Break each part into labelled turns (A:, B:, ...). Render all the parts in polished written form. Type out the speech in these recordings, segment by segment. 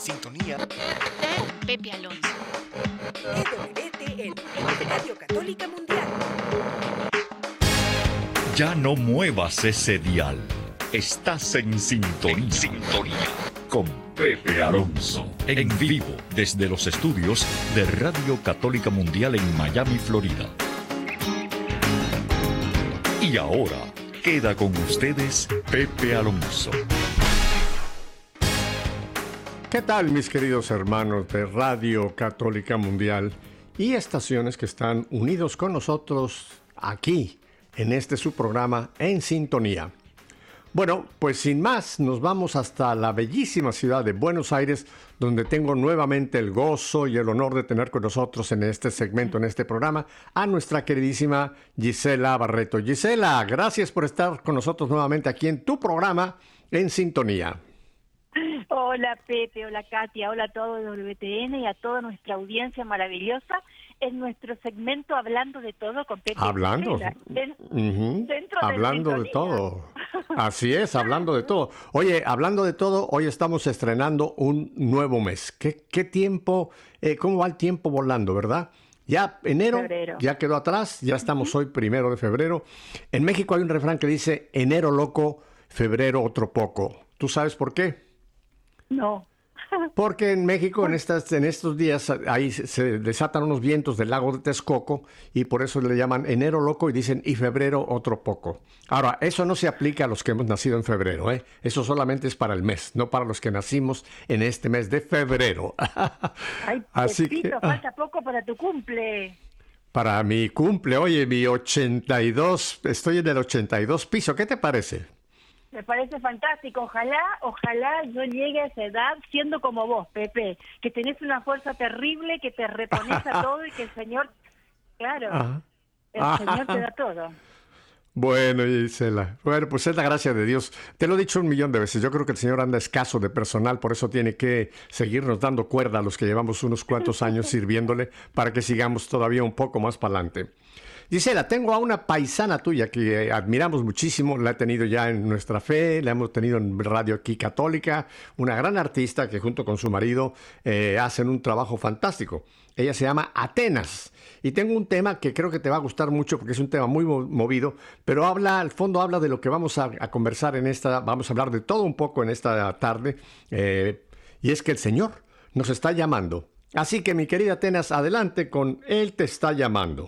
A: sintonía
B: con Pepe Alonso.
C: EWTN, Radio Católica Mundial.
D: Ya no muevas ese dial. Estás en sintonía. Con Pepe Alonso. En vivo desde los estudios de Radio Católica Mundial en Miami, Florida. Y ahora queda con ustedes Pepe Alonso.
E: ¿Qué tal, mis queridos hermanos de Radio Católica Mundial y estaciones que están unidos con nosotros aquí en este su programa En Sintonía? Bueno, pues sin más, nos vamos hasta la bellísima ciudad de Buenos Aires, donde tengo nuevamente el gozo y el honor de tener con nosotros en este segmento, en este programa, a nuestra queridísima Gisela Barreto. Gisela, gracias por estar con nosotros nuevamente aquí en tu programa En Sintonía.
F: Hola Pepe, hola Katia, hola a todo WTN y a toda nuestra audiencia maravillosa en nuestro segmento Hablando de Todo con Pepe.
E: Hablando, hablando de todo. Así es, hablando de todo. Oye, hablando de todo, hoy estamos estrenando un nuevo mes. ¿Qué tiempo, cómo va el tiempo volando, verdad? Ya febrero ya quedó atrás, ya estamos hoy 1 de febrero. En México hay un refrán que dice, enero loco, febrero otro poco. ¿Tú sabes por qué?
F: No.
E: Porque en México en estos días ahí se desatan unos vientos del lago de Texcoco y por eso le llaman enero loco y dicen y febrero otro poco. Ahora, eso no se aplica a los que hemos nacido en febrero, ¿eh? Eso solamente es para el mes, no para los que nacimos en este mes de febrero.
F: Ay,
E: así
F: Pepito,
E: que
F: falta poco para tu cumple.
E: Para mi cumple, oye, mi 82, estoy en el 82 piso, ¿qué te parece?
F: Me parece fantástico. Ojalá yo llegue a esa edad siendo como vos, Pepe, que tenés una fuerza terrible, que te repones a todo y que el Señor, claro, el Señor te da todo.
E: Bueno, Gisela, bueno, pues es la gracia de Dios. Te lo he dicho 1,000,000 de veces. Yo creo que el Señor anda escaso de personal, por eso tiene que seguirnos dando cuerda a los que llevamos unos cuantos años sirviéndole para que sigamos todavía un poco más para adelante. Gisela, tengo a una paisana tuya que admiramos muchísimo, la he tenido ya en nuestra fe, la hemos tenido en radio aquí católica, una gran artista que junto con su marido hacen un trabajo fantástico. Ella se llama Atenas y tengo un tema que creo que te va a gustar mucho porque es un tema muy movido, pero al fondo habla de lo que vamos a conversar vamos a hablar de todo un poco en esta tarde y es que el Señor nos está llamando. Así que mi querida Atenas, adelante con Él te está llamando.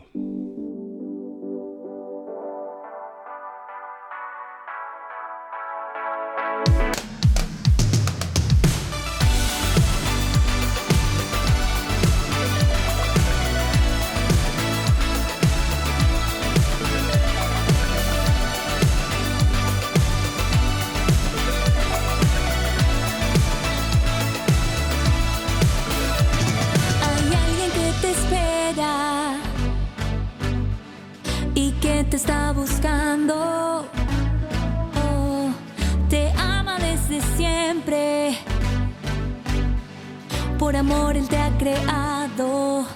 G: Te está buscando, te ama desde siempre, por amor Él te ha creado,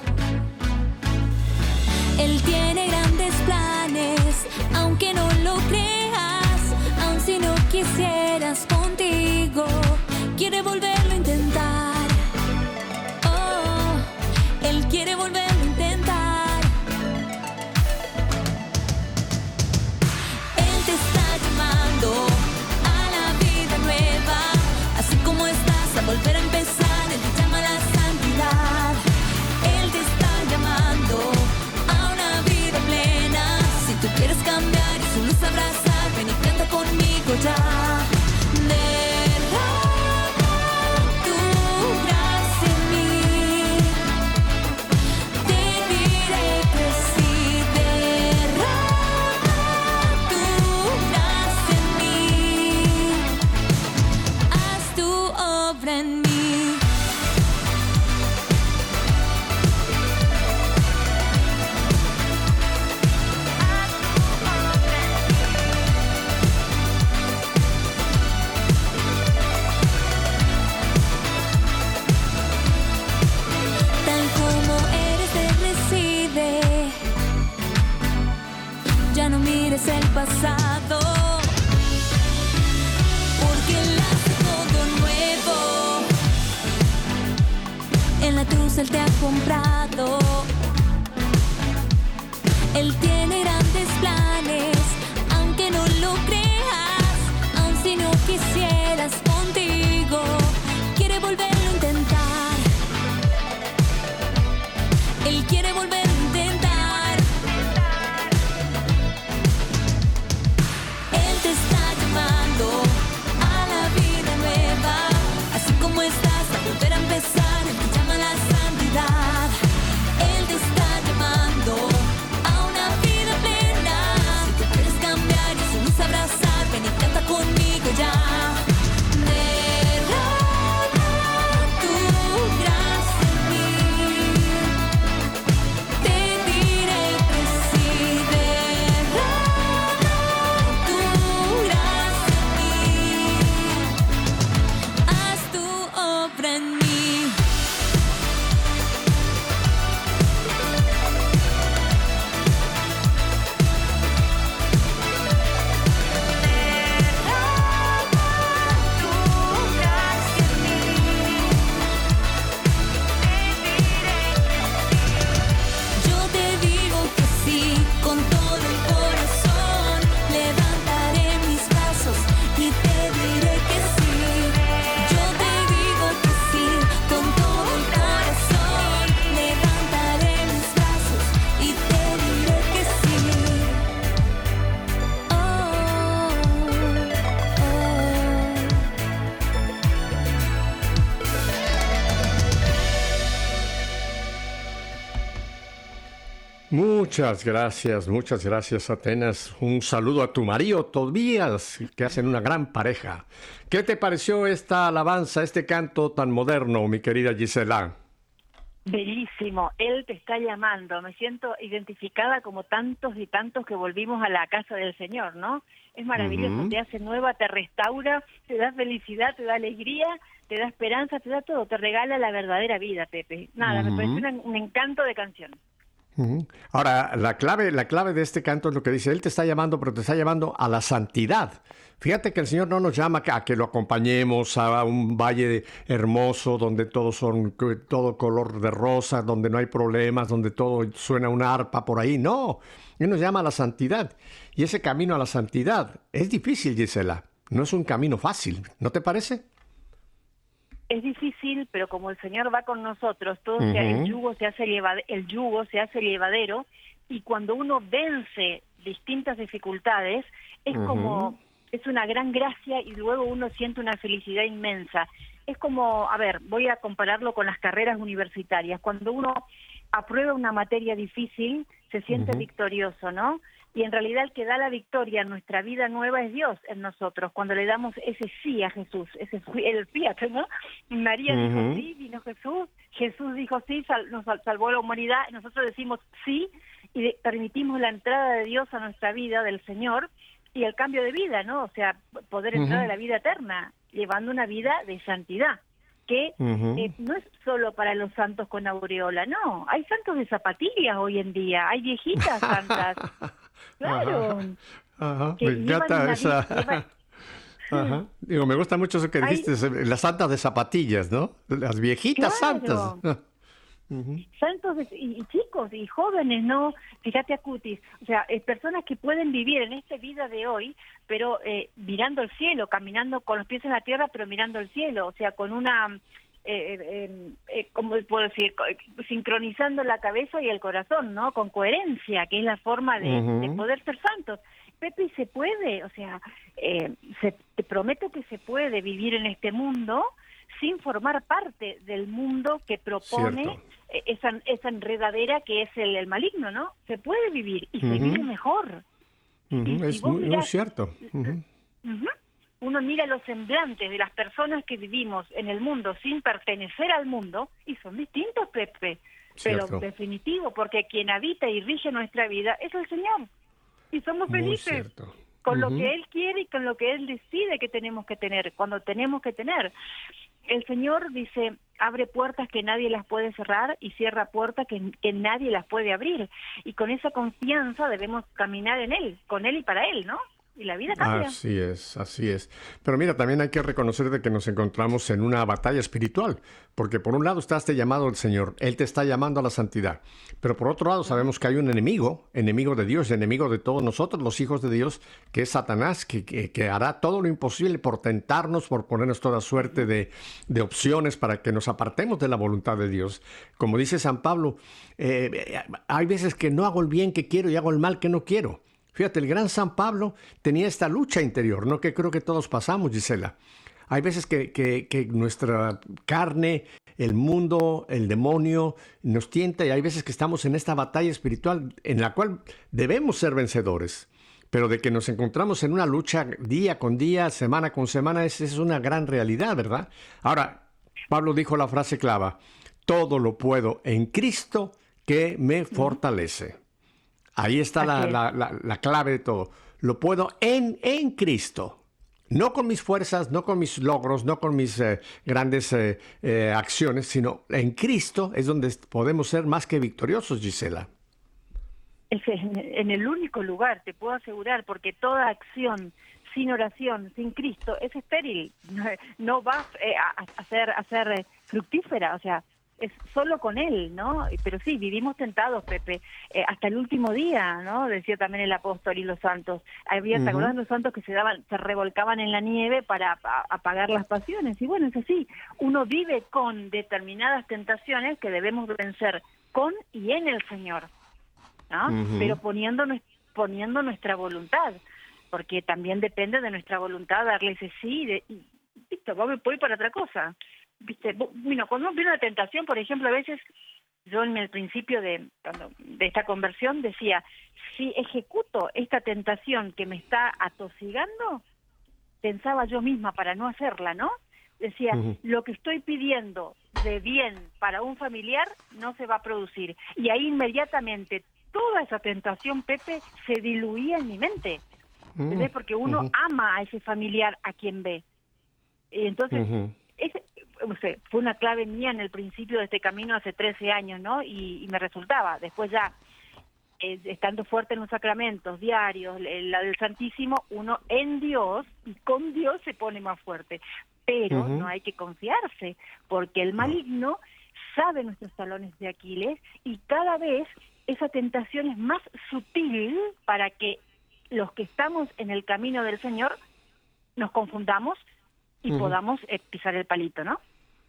G: Él tiene grandes planes, aunque no lo creas, aun si no quisieras contigo, quiere volverlo a intentar, Él quiere volverlo a intentar. A la vida nueva, así como estás, a volver a empezar, Él te llama a la santidad, Él te está llamando a una vida plena, si tú quieres cambiar y su luz abrazar, ven y canta conmigo ya. cruz Él te ha comprado. Él tiene grandes planes, aunque no lo creas, aun si no quisieras contigo, quiere volverlo a intentar. Él quiere volverlo a intentar. Él te está llamando a la vida nueva, así como estás, a volver a empezar. Él te llama a la santidad. Él te está llamando a una vida plena. Si tú quieres cambiar y su luz abrazar, ven y canta conmigo ya. Derrama tu gracia en mí. Te diré que sí. Derrama tu gracia en mí. Haz tu obra en mí. Yo te digo que sí, con todo el corazón. Levantaré mis brazos y te diré que sí. Yo te digo que sí, con todo el corazón. Levantaré mis brazos y te diré que sí. Oh,
E: Muchas gracias, Atenas. Un saludo a tu marido, Tobías, que hacen una gran pareja. ¿Qué te pareció esta alabanza, este canto tan moderno, mi querida Gisela?
F: Bellísimo, Él te está llamando. Me siento identificada como tantos y tantos que volvimos a la casa del Señor, ¿no? Es maravilloso, te hace nueva, te restaura, te da felicidad, te da alegría, te da esperanza, te da todo, te regala la verdadera vida, Pepe. Nada, me parece un encanto de canción.
E: Ahora, la clave de este canto es lo que dice, Él te está llamando, pero te está llamando a la santidad. Fíjate que el Señor no nos llama a que lo acompañemos a un valle hermoso donde todo color de rosa, donde no hay problemas, donde todo suena una arpa por ahí. No, Él nos llama a la santidad. Y ese camino a la santidad es difícil, Gisela. No es un camino fácil, ¿no te parece?
F: Es difícil, pero como el Señor va con nosotros, el yugo se hace llevadero, y cuando uno vence distintas dificultades, es como, es una gran gracia y luego uno siente una felicidad inmensa. Es como, a ver, voy a compararlo con las carreras universitarias. Cuando uno aprueba una materia difícil, se siente victorioso, ¿no? Y en realidad el que da la victoria en nuestra vida nueva es Dios en nosotros, cuando le damos ese sí a Jesús, el fiat, ¿no? María dijo sí, vino Jesús, Jesús dijo sí, nos salvó la humanidad, y nosotros decimos sí, y permitimos la entrada de Dios a nuestra vida, del Señor, y el cambio de vida, ¿no? O sea, poder entrar a la vida eterna, llevando una vida de santidad, que no es solo para los santos con aureola, no, hay santos de zapatillas hoy en día, hay viejitas santas. Claro.
E: Ajá. Me encanta esa. Ajá. Digo, me gusta mucho eso que dijiste, las santas de zapatillas, ¿no? Las viejitas santas.
F: Santos y chicos y jóvenes, ¿no? Fíjate, Acutis, o sea, personas que pueden vivir en esta vida de hoy, pero mirando el cielo, caminando con los pies en la tierra, pero mirando el cielo, o sea, con una... ¿cómo puedo decir? Sincronizando la cabeza y el corazón, ¿no? Con coherencia, que es la forma de poder ser santos. Pepe, se puede, o sea, te prometo que se puede vivir en este mundo sin formar parte del mundo que propone esa enredadera que es el maligno, ¿no? Se puede vivir y se vive mejor.
E: Es muy cierto.
F: Uno mira los semblantes de las personas que vivimos en el mundo sin pertenecer al mundo y son distintos, Pepe.
E: Cierto.
F: Pero definitivo, porque quien habita y rige nuestra vida es el Señor. Y somos felices con lo que Él quiere y con lo que Él decide que tenemos que tener, cuando tenemos que tener. El Señor dice, abre puertas que nadie las puede cerrar y cierra puertas que nadie las puede abrir. Y con esa confianza debemos caminar en Él, con Él y para Él, ¿no? y la vida cambia.
E: Así es, así es. Pero mira, también hay que reconocer de que nos encontramos en una batalla espiritual, porque por un lado está este llamado del Señor, Él te está llamando a la santidad, pero por otro lado sabemos que hay un enemigo de Dios, enemigo de todos nosotros, los hijos de Dios, que es Satanás, que hará todo lo imposible por tentarnos, por ponernos toda suerte de opciones para que nos apartemos de la voluntad de Dios. Como dice San Pablo, hay veces que no hago el bien que quiero y hago el mal que no quiero. Fíjate, el gran San Pablo tenía esta lucha interior, ¿no? Que creo que todos pasamos, Gisela. Hay veces que nuestra carne, el mundo, el demonio nos tienta, y hay veces que estamos en esta batalla espiritual en la cual debemos ser vencedores. Pero de que nos encontramos en una lucha día con día, semana con semana, esa es una gran realidad, ¿verdad? Ahora, Pablo dijo la frase clave: todo lo puedo en Cristo que me fortalece. Ahí está la clave de todo. Lo puedo en Cristo. No con mis fuerzas, no con mis logros, no con mis grandes acciones, sino en Cristo es donde podemos ser más que victoriosos, Gisela.
F: Es en el único lugar, te puedo asegurar, porque toda acción sin oración, sin Cristo, es estéril. No va a ser fructífera, o sea, es solo con Él, ¿no? Pero sí, vivimos tentados, Pepe, hasta el último día, ¿no? Decía también el apóstol y los santos. ¿Te acordás de los santos que se revolcaban en la nieve para apagar las pasiones? Y bueno, es así. Uno vive con determinadas tentaciones que debemos vencer con y en el Señor, ¿no? Pero poniendo nuestra voluntad, porque también depende de nuestra voluntad darle ese sí, y listo, voy para otra cosa. ¿Viste? Bueno, cuando viene una tentación, por ejemplo, a veces yo en el principio de esta conversión decía, si ejecuto esta tentación que me está atosigando, pensaba yo misma para no hacerla, ¿no? Decía, lo que estoy pidiendo de bien para un familiar no se va a producir. Y ahí inmediatamente toda esa tentación, Pepe, se diluía en mi mente. ¿Entendés? Porque uno ama a ese familiar a quien ve. Y entonces, fue una clave mía en el principio de este camino hace 13 años, ¿no? Y me resultaba. Después ya, estando fuerte en los sacramentos diarios, la del Santísimo, uno en Dios y con Dios se pone más fuerte. Pero no hay que confiarse, porque el maligno sabe nuestros talones de Aquiles y cada vez esa tentación es más sutil para que los que estamos en el camino del Señor nos confundamos y podamos pisar el palito, ¿no?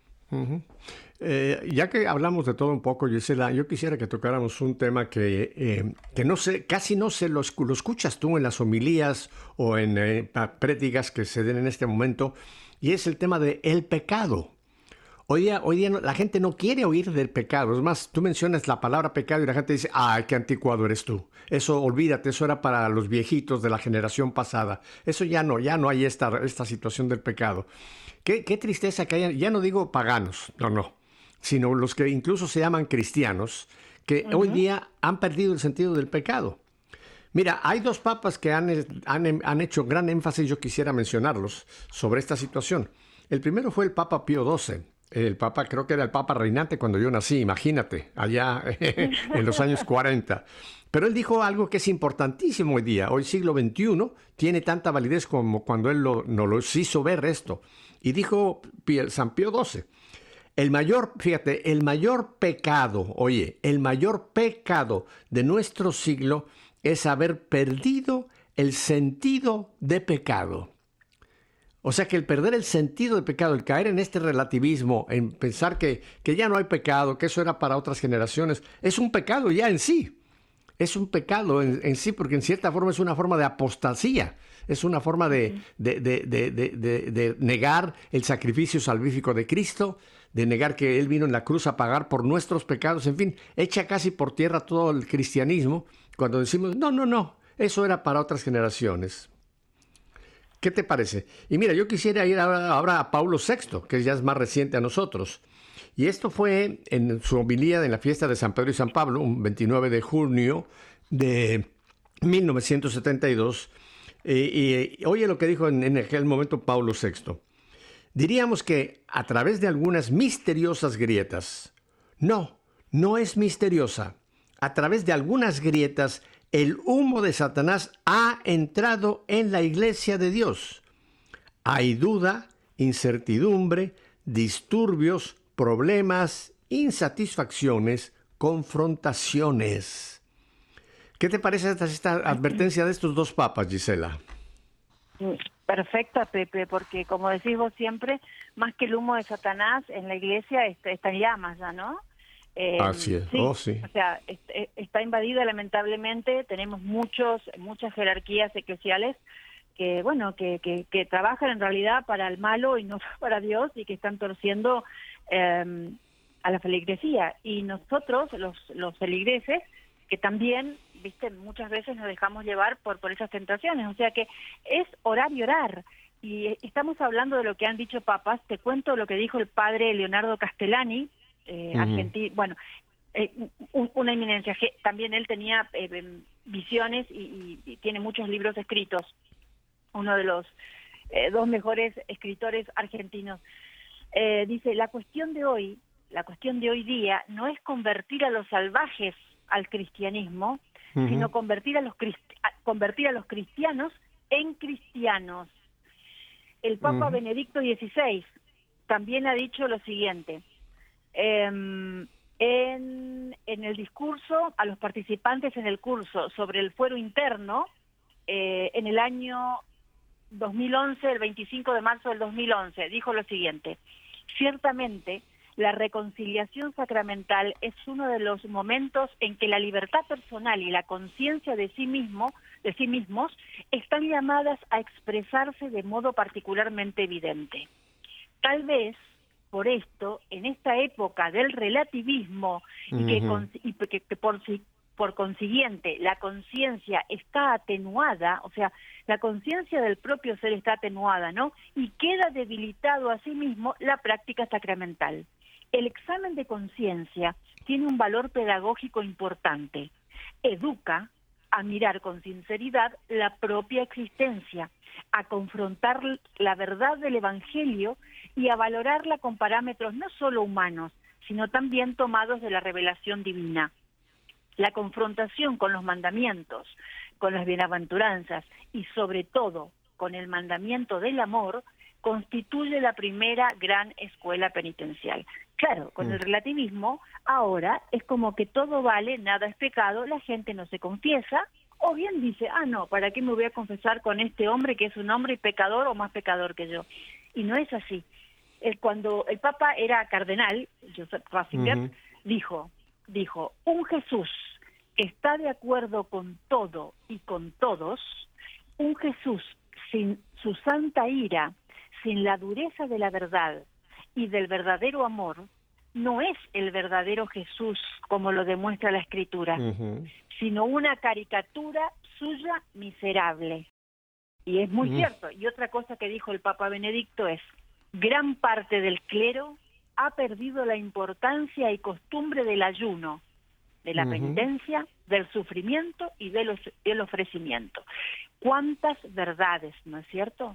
E: Ya que hablamos de todo un poco, Gisela, yo quisiera que tocáramos un tema que no sé, casi no se lo escuchas tú en las homilías o en prédicas que se den en este momento, y es el tema de el pecado. Hoy día la gente no quiere oír del pecado. Es más, tú mencionas la palabra pecado y la gente dice, ¡ay, qué anticuado eres tú! Eso, olvídate, eso era para los viejitos de la generación pasada. Eso ya no hay esta situación del pecado. Qué tristeza que haya, ya no digo paganos, no, sino los que incluso se llaman cristianos, que hoy día han perdido el sentido del pecado. Mira, hay dos papas que han hecho gran énfasis, yo quisiera mencionarlos, sobre esta situación. El primero fue el Papa Pío XII. El Papa, creo que era el Papa reinante cuando yo nací, imagínate, allá en los años 40. Pero él dijo algo que es importantísimo hoy día. Hoy siglo XXI tiene tanta validez como cuando él nos lo hizo ver esto. Y dijo San Pío XII, el mayor pecado de nuestro siglo es haber perdido el sentido de pecado. O sea que el perder el sentido de pecado, el caer en este relativismo, en pensar que ya no hay pecado, que eso era para otras generaciones, es un pecado ya en sí. Es un pecado en sí, porque en cierta forma es una forma de apostasía. Es una forma de negar el sacrificio salvífico de Cristo, de negar que Él vino en la cruz a pagar por nuestros pecados. En fin, echa casi por tierra todo el cristianismo cuando decimos, no, eso era para otras generaciones. ¿Qué te parece? Y mira, yo quisiera ir ahora a Pablo VI, que ya es más reciente a nosotros. Y esto fue en su homilía en la fiesta de San Pedro y San Pablo, un 29 de junio de 1972. Y oye lo que dijo en aquel momento Pablo VI. Diríamos que a través de algunas misteriosas grietas, no es misteriosa. A través de algunas grietas el humo de Satanás ha entrado en la iglesia de Dios. Hay duda, incertidumbre, disturbios, problemas, insatisfacciones, confrontaciones. ¿Qué te parece esta advertencia de estos dos papas, Gisela?
F: Perfecta, Pepe, porque como decís vos siempre, más que el humo de Satanás, en la iglesia está en llamas ya, ¿no?
E: Así es, sí.
F: O sea, está invadida lamentablemente, tenemos muchas jerarquías eclesiales que, bueno, que trabajan en realidad para el malo y no para Dios y que están torciendo a la feligresía. Y nosotros, los feligreses, que también, viste, muchas veces nos dejamos llevar por esas tentaciones. O sea que es orar y orar. Y estamos hablando de lo que han dicho papas. Te cuento lo que dijo el padre Leonardo Castellani, argentino, bueno, una eminencia. También él tenía visiones y tiene muchos libros escritos. Uno de los dos mejores escritores argentinos. Dice, la cuestión de hoy día no es convertir a los salvajes al cristianismo, sino convertir a los cristianos en cristianos. El Papa Benedicto XVI también ha dicho lo siguiente, en el discurso a los participantes en el curso sobre el fuero interno, en el año 2011, el 25 de marzo del 2011, dijo lo siguiente: ciertamente, la reconciliación sacramental es uno de los momentos en que la libertad personal y la conciencia de sí mismos están llamadas a expresarse de modo particularmente evidente. Tal vez, por esto, en esta época del relativismo y que por consiguiente la conciencia está atenuada, o sea, la conciencia del propio ser está atenuada, ¿no? Y queda debilitado a sí mismo la práctica sacramental. El examen de conciencia tiene un valor pedagógico importante. Educa a mirar con sinceridad la propia existencia, a confrontar la verdad del Evangelio y a valorarla con parámetros no solo humanos, sino también tomados de la revelación divina. La confrontación con los mandamientos, con las bienaventuranzas y sobre todo con el mandamiento del amor constituye la primera gran escuela penitencial. Claro, con el relativismo ahora es como que todo vale, nada es pecado, la gente no se confiesa, o bien dice, no, ¿para qué me voy a confesar con este hombre que es un hombre pecador o más pecador que yo? Y no es así. Cuando el Papa era cardenal, Joseph Ratzinger, dijo, un Jesús que está de acuerdo con todo y con todos, un Jesús sin su santa ira, sin la dureza de la verdad y del verdadero amor, no es el verdadero Jesús como lo demuestra la Escritura, sino una caricatura suya miserable. Y es muy cierto. Y otra cosa que dijo el Papa Benedicto es, gran parte del clero ha perdido la importancia y costumbre del ayuno, de la penitencia, del sufrimiento y del ofrecimiento. ¿Cuántas verdades, no es cierto?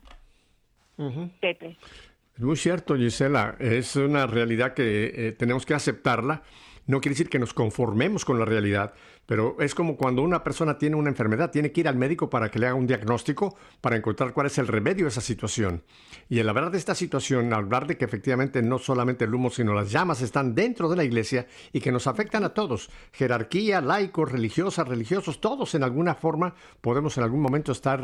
F: Pepe.
E: Muy cierto, Gisela. Es una realidad que tenemos que aceptarla. No quiere decir que nos conformemos con la realidad, pero es como cuando una persona tiene una enfermedad, tiene que ir al médico para que le haga un diagnóstico, para encontrar cuál es el remedio a esa situación. Y al hablar de esta situación, hablar de que efectivamente no solamente el humo, sino las llamas están dentro de la iglesia y que nos afectan a todos, jerarquía, laicos, religiosas, religiosos, todos en alguna forma podemos en algún momento estar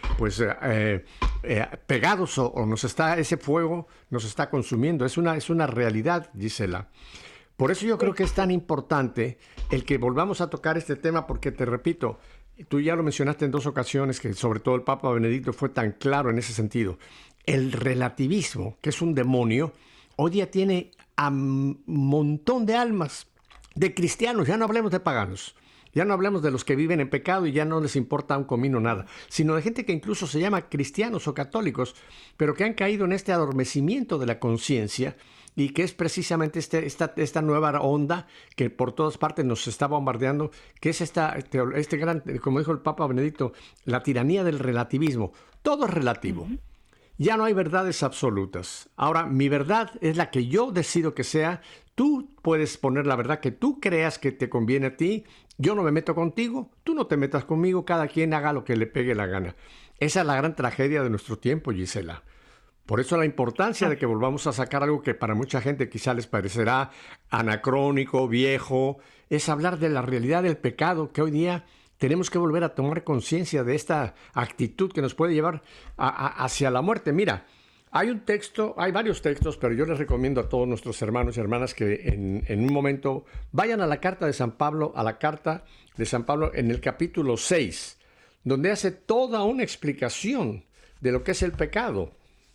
E: pegados o ese fuego nos está consumiendo. Es una realidad, Gisela. Por eso yo creo que es tan importante el que volvamos a tocar este tema, porque te repito, tú ya lo mencionaste en 2 ocasiones, que sobre todo el Papa Benedicto fue tan claro en ese sentido. El relativismo, que es un demonio, hoy día tiene a un montón de almas, de cristianos, ya no hablemos de paganos. Ya no hablemos de los que viven en pecado y ya no les importa un comino nada, sino de gente que incluso se llama cristianos o católicos, pero que han caído en este adormecimiento de la conciencia y que es precisamente esta nueva onda que por todas partes nos está bombardeando, que es este gran, como dijo el Papa Benedicto, la tiranía del relativismo. Todo es relativo. Ya no hay verdades absolutas. Ahora, mi verdad es la que yo decido que sea, Tú puedes poner la verdad que tú creas que te conviene a ti. Yo no me meto contigo, tú no te metas conmigo, cada quien haga lo que le pegue la gana. Esa es la gran tragedia de nuestro tiempo, Gisela. Por eso la importancia de que volvamos a sacar algo que para mucha gente quizá les parecerá anacrónico, viejo, es hablar de la realidad del pecado, que hoy día tenemos que volver a tomar conciencia de esta actitud que nos puede llevar hacia la muerte. Mira, hay varios textos, pero yo les recomiendo a todos nuestros hermanos y hermanas que en un momento vayan a la carta de San Pablo, en el capítulo 6, donde hace toda una explicación de lo que es el pecado.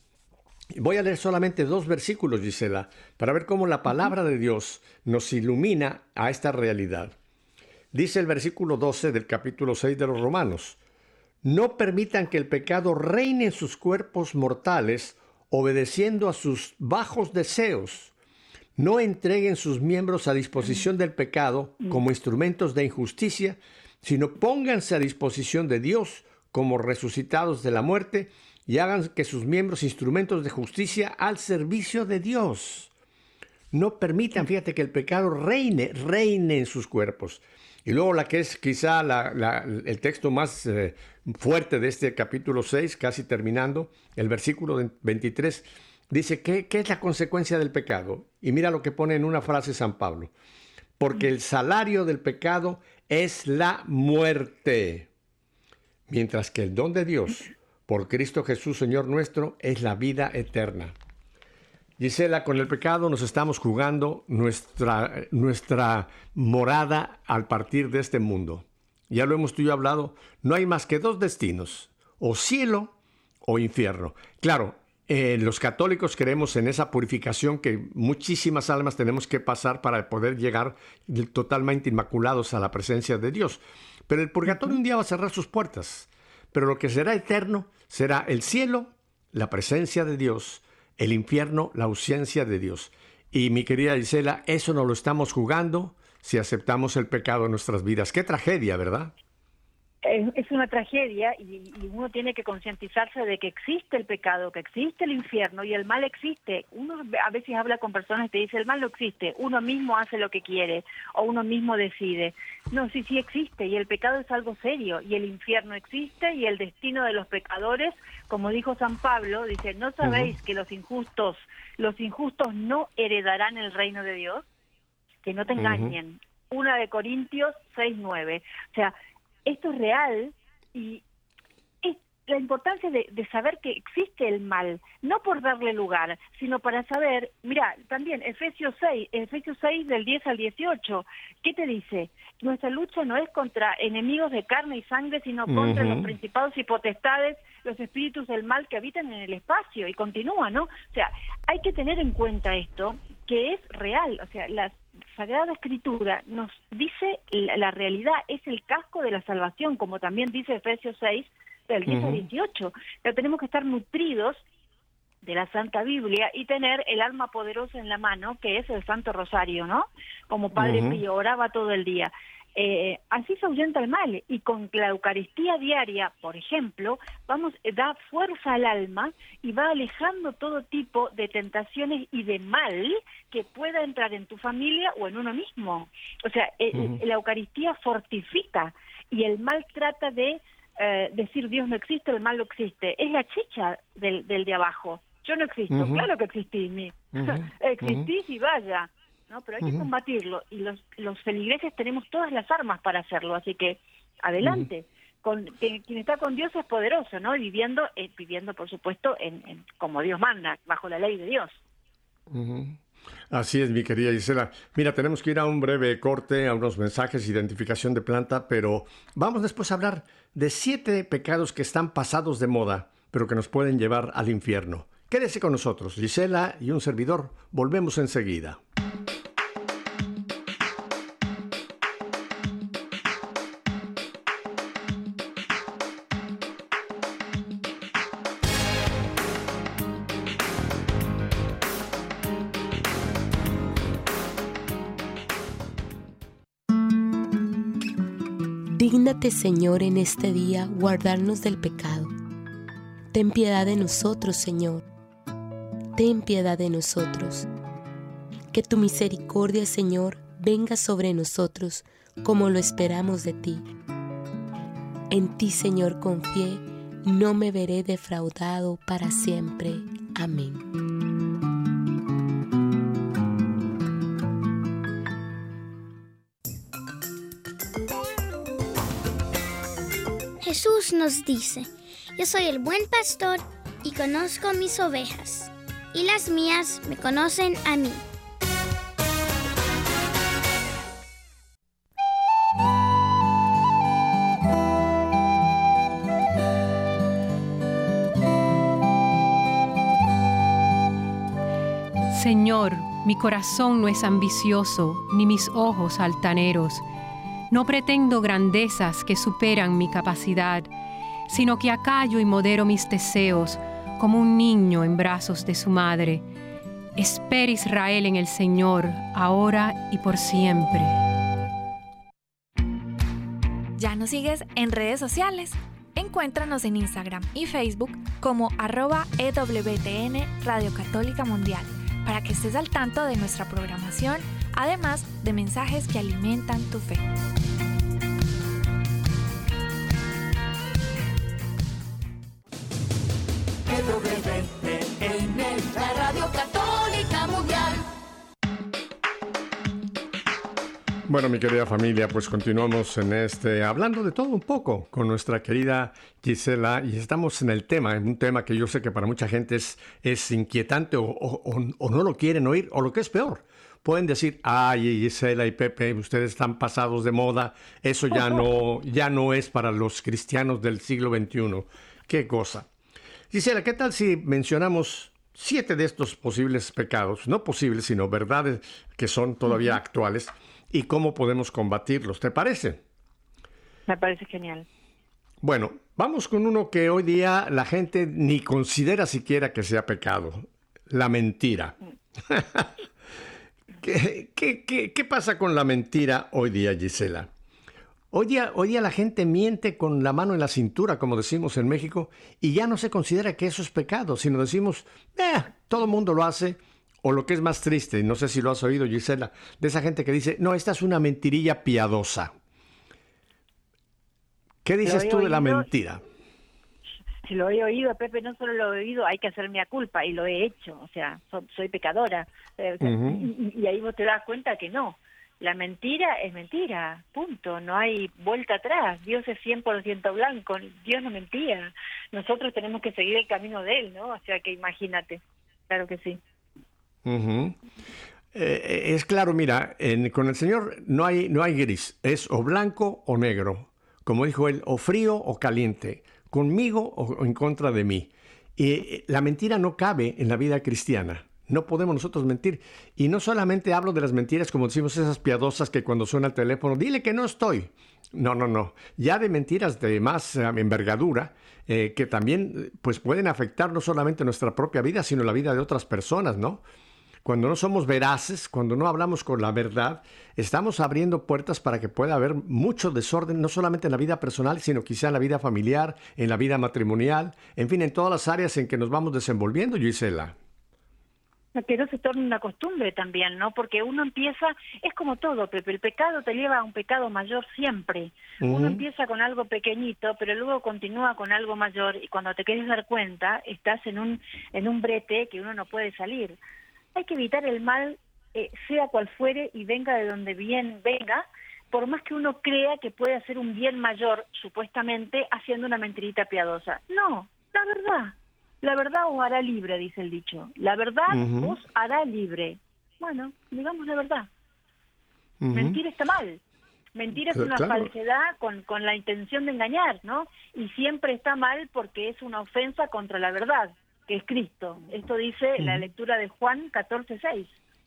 E: Voy a leer solamente 2 versículos, Gisela, para ver cómo la palabra de Dios nos ilumina a esta realidad. Dice el versículo 12 del capítulo 6 de los Romanos: no permitan que el pecado reine en sus cuerpos mortales, obedeciendo a sus bajos deseos. No entreguen sus miembros a disposición del pecado como instrumentos de injusticia, sino pónganse a disposición de Dios como resucitados de la muerte y hagan que sus miembros instrumentos de justicia al servicio de Dios. No permitan, fíjate, que el pecado reine en sus cuerpos. Y luego la que es quizá el texto más fuerte de este capítulo 6, casi terminando, el versículo 23, dice, ¿qué es la consecuencia del pecado? Y mira lo que pone en una frase San Pablo: porque el salario del pecado es la muerte, mientras que el don de Dios, por Cristo Jesús, Señor nuestro, es la vida eterna. Gisela, con el pecado nos estamos jugando nuestra morada al partir de este mundo. Ya lo hemos tú y yo hablado, no hay más que 2 destinos, o cielo o infierno. Claro, los católicos creemos en esa purificación que muchísimas almas tenemos que pasar para poder llegar totalmente inmaculados a la presencia de Dios. Pero el purgatorio un día va a cerrar sus puertas. Pero lo que será eterno será el cielo, la presencia de Dios, el infierno, la ausencia de Dios. Y mi querida Gisela, eso nos lo estamos jugando si aceptamos el pecado en nuestras vidas. ¡Qué tragedia!, ¿verdad?
F: Es una tragedia y uno tiene que concientizarse de que existe el pecado, que existe el infierno y el mal existe. Uno a veces habla con personas y te dice, el mal no existe, uno mismo hace lo que quiere o uno mismo decide. No, sí existe, y el pecado es algo serio, y el infierno existe, y el destino de los pecadores, como dijo San Pablo, dice, ¿no sabéis que los injustos no heredarán el reino de Dios? Que no te engañen. 1 de Corintios 6:9. O sea, esto es real, y es la importancia de saber que existe el mal, no por darle lugar, sino para saber, mira, también Efesios 6 del 10 al 18, ¿qué te dice? Nuestra lucha no es contra enemigos de carne y sangre, sino contra los principados y potestades, los espíritus del mal que habitan en el espacio, y continúa, ¿no? O sea, hay que tener en cuenta esto, que es real, o sea, la Sagrada Escritura nos dice la realidad, es el casco de la salvación, como también dice Efesios 6, del 10 al 18. Pero tenemos que estar nutridos de la Santa Biblia y tener el arma poderosa en la mano, que es el Santo Rosario, ¿no? Como Padre Pío, oraba todo el día. Así se ahuyenta el mal, y con la Eucaristía diaria, por ejemplo, da fuerza al alma y va alejando todo tipo de tentaciones y de mal que pueda entrar en tu familia o en uno mismo. O sea, la Eucaristía fortifica, y el mal trata de decir Dios no existe, el mal no existe. Es la chicha del de abajo. Yo no existo, claro que existís, existís y vaya. ¿No? Pero hay que combatirlo, y los feligreses tenemos todas las armas para hacerlo, así que adelante. Quien está con Dios es poderoso, ¿no? Y viviendo por supuesto, como Dios manda, bajo la ley de Dios.
E: Así es, mi querida Gisela. Mira, tenemos que ir a un breve corte, a unos mensajes, identificación de planta, pero vamos después a hablar de 7 pecados que están pasados de moda, pero que nos pueden llevar al infierno. Quédese con nosotros, Gisela y un servidor. Volvemos enseguida.
A: Dígnate, Señor, en este día guardarnos del pecado. Ten piedad de nosotros, Señor. Ten piedad de nosotros. Que tu misericordia, Señor, venga sobre nosotros como lo esperamos de ti. En ti, Señor, confié, no me veré defraudado para siempre. Amén.
H: Jesús nos dice: yo soy el buen pastor y conozco mis ovejas, y las mías me conocen a mí.
I: Señor, mi corazón no es ambicioso, ni mis ojos altaneros. No pretendo grandezas que superan mi capacidad, sino que acallo y modero mis deseos como un niño en brazos de su madre. Espera Israel en el Señor, ahora y por siempre.
J: ¿Ya nos sigues en redes sociales? Encuéntranos en Instagram y Facebook como @EWTN Radio Católica Mundial, para que estés al tanto de nuestra programación, además de mensajes que alimentan tu fe.
G: EWTN, la Radio Católica Mundial.
E: Bueno, mi querida familia, pues continuamos hablando de todo un poco con nuestra querida Gisela, y estamos en un tema que yo sé que para mucha gente es inquietante o no lo quieren oír, o lo que es peor. Pueden decir: ay, Gisela y Pepe, ustedes están pasados de moda, eso ya no es para los cristianos del siglo XXI. ¿Qué cosa? Gisela, ¿qué tal si mencionamos 7 de estos posibles pecados? No posibles, sino verdades que son todavía actuales, y cómo podemos combatirlos. ¿Te parece?
F: Me parece genial.
E: Bueno, vamos con uno que hoy día la gente ni considera siquiera que sea pecado: la mentira. ¿Qué pasa con la mentira hoy día, Gisela? Hoy día la gente miente con la mano en la cintura, como decimos en México, y ya no se considera que eso es pecado, sino decimos: todo el mundo lo hace. O lo que es más triste, no sé si lo has oído, Gisela, de esa gente que dice: no, esta es una mentirilla piadosa. ¿Qué dices tú de la mentira?
F: Si lo he oído, Pepe, no solo lo he oído, hay que hacerme a culpa, y lo he hecho, o sea, soy pecadora. Y ahí vos te das cuenta que no. La mentira es mentira, punto, no hay vuelta atrás. Dios es 100% blanco, Dios no mentía. Nosotros tenemos que seguir el camino de Él, ¿no? O sea que imagínate, claro que sí.
E: Es claro, mira, con el Señor no hay gris, es o blanco o negro, como dijo Él, o frío o caliente, conmigo o en contra de mí. Y la mentira no cabe en la vida cristiana. No podemos nosotros mentir. Y no solamente hablo de las mentiras, como decimos, esas piadosas que cuando suena el teléfono, dile que no estoy. No. Ya de mentiras de más envergadura, que también pues pueden afectar no solamente nuestra propia vida, sino la vida de otras personas, ¿no? Cuando no somos veraces, cuando no hablamos con la verdad, estamos abriendo puertas para que pueda haber mucho desorden, no solamente en la vida personal, sino quizá en la vida familiar, en la vida matrimonial, en fin, en todas las áreas en que nos vamos desenvolviendo, Gisela.
F: Que no se torne una costumbre también, ¿no? Porque uno empieza, es como todo, Pepe, el pecado te lleva a un pecado mayor siempre. Uno empieza con algo pequeñito, pero luego continúa con algo mayor, y cuando te quieres dar cuenta, estás en un brete que uno no puede salir. Hay que evitar el mal, sea cual fuere y venga de donde bien venga, por más que uno crea que puede hacer un bien mayor, supuestamente, haciendo una mentirita piadosa. No, la verdad os hará libre, dice el dicho. La verdad os hará libre. Bueno, digamos la verdad. Mentir está mal. Mentir es una falsedad con la intención de engañar, ¿no? Y siempre está mal porque es una ofensa contra la verdad, que es Cristo. Esto dice la lectura de Juan 14:6.